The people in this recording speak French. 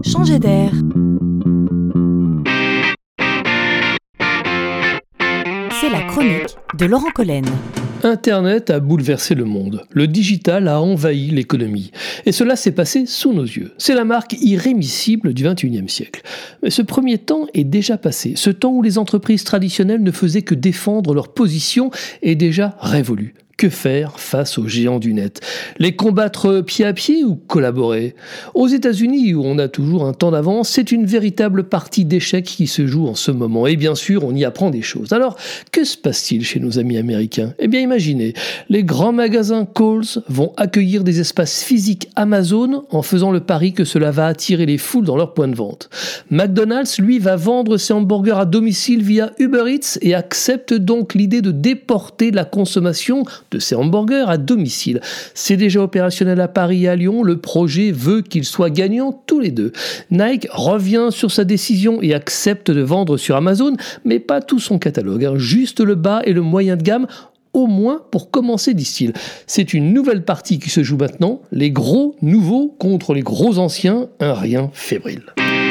Changer d'air. C'est la chronique de Laurent Collen. Internet a bouleversé le monde. Le digital a envahi l'économie. Et cela s'est passé sous nos yeux. C'est la marque irrémissible du XXIe siècle. Mais ce premier temps est déjà passé. Ce temps où les entreprises traditionnelles ne faisaient que défendre leur position est déjà révolu. Que faire face aux géants du net ? Les combattre pied à pied ou collaborer ? Aux États-Unis, où on a toujours un temps d'avance, c'est une véritable partie d'échecs qui se joue en ce moment. Et bien sûr, on y apprend des choses. Alors, que se passe-t-il chez nos amis américains ? Eh bien, imaginez, les grands magasins Kohl's vont accueillir des espaces physiques Amazon en faisant le pari que cela va attirer les foules dans leurs points de vente. McDonald's, lui, va vendre ses hamburgers à domicile via Uber Eats et accepte donc l'idée de déporter la consommation de ces hamburgers à domicile. C'est déjà opérationnel à Paris et à Lyon. Le projet veut qu'ils soient gagnants tous les deux. Nike revient sur sa décision et accepte de vendre sur Amazon, mais pas tout son catalogue. Juste le bas et le moyen de gamme, au moins pour commencer, disent-ils. C'est une nouvelle partie qui se joue maintenant. Les gros nouveaux contre les gros anciens, un rien fébrile.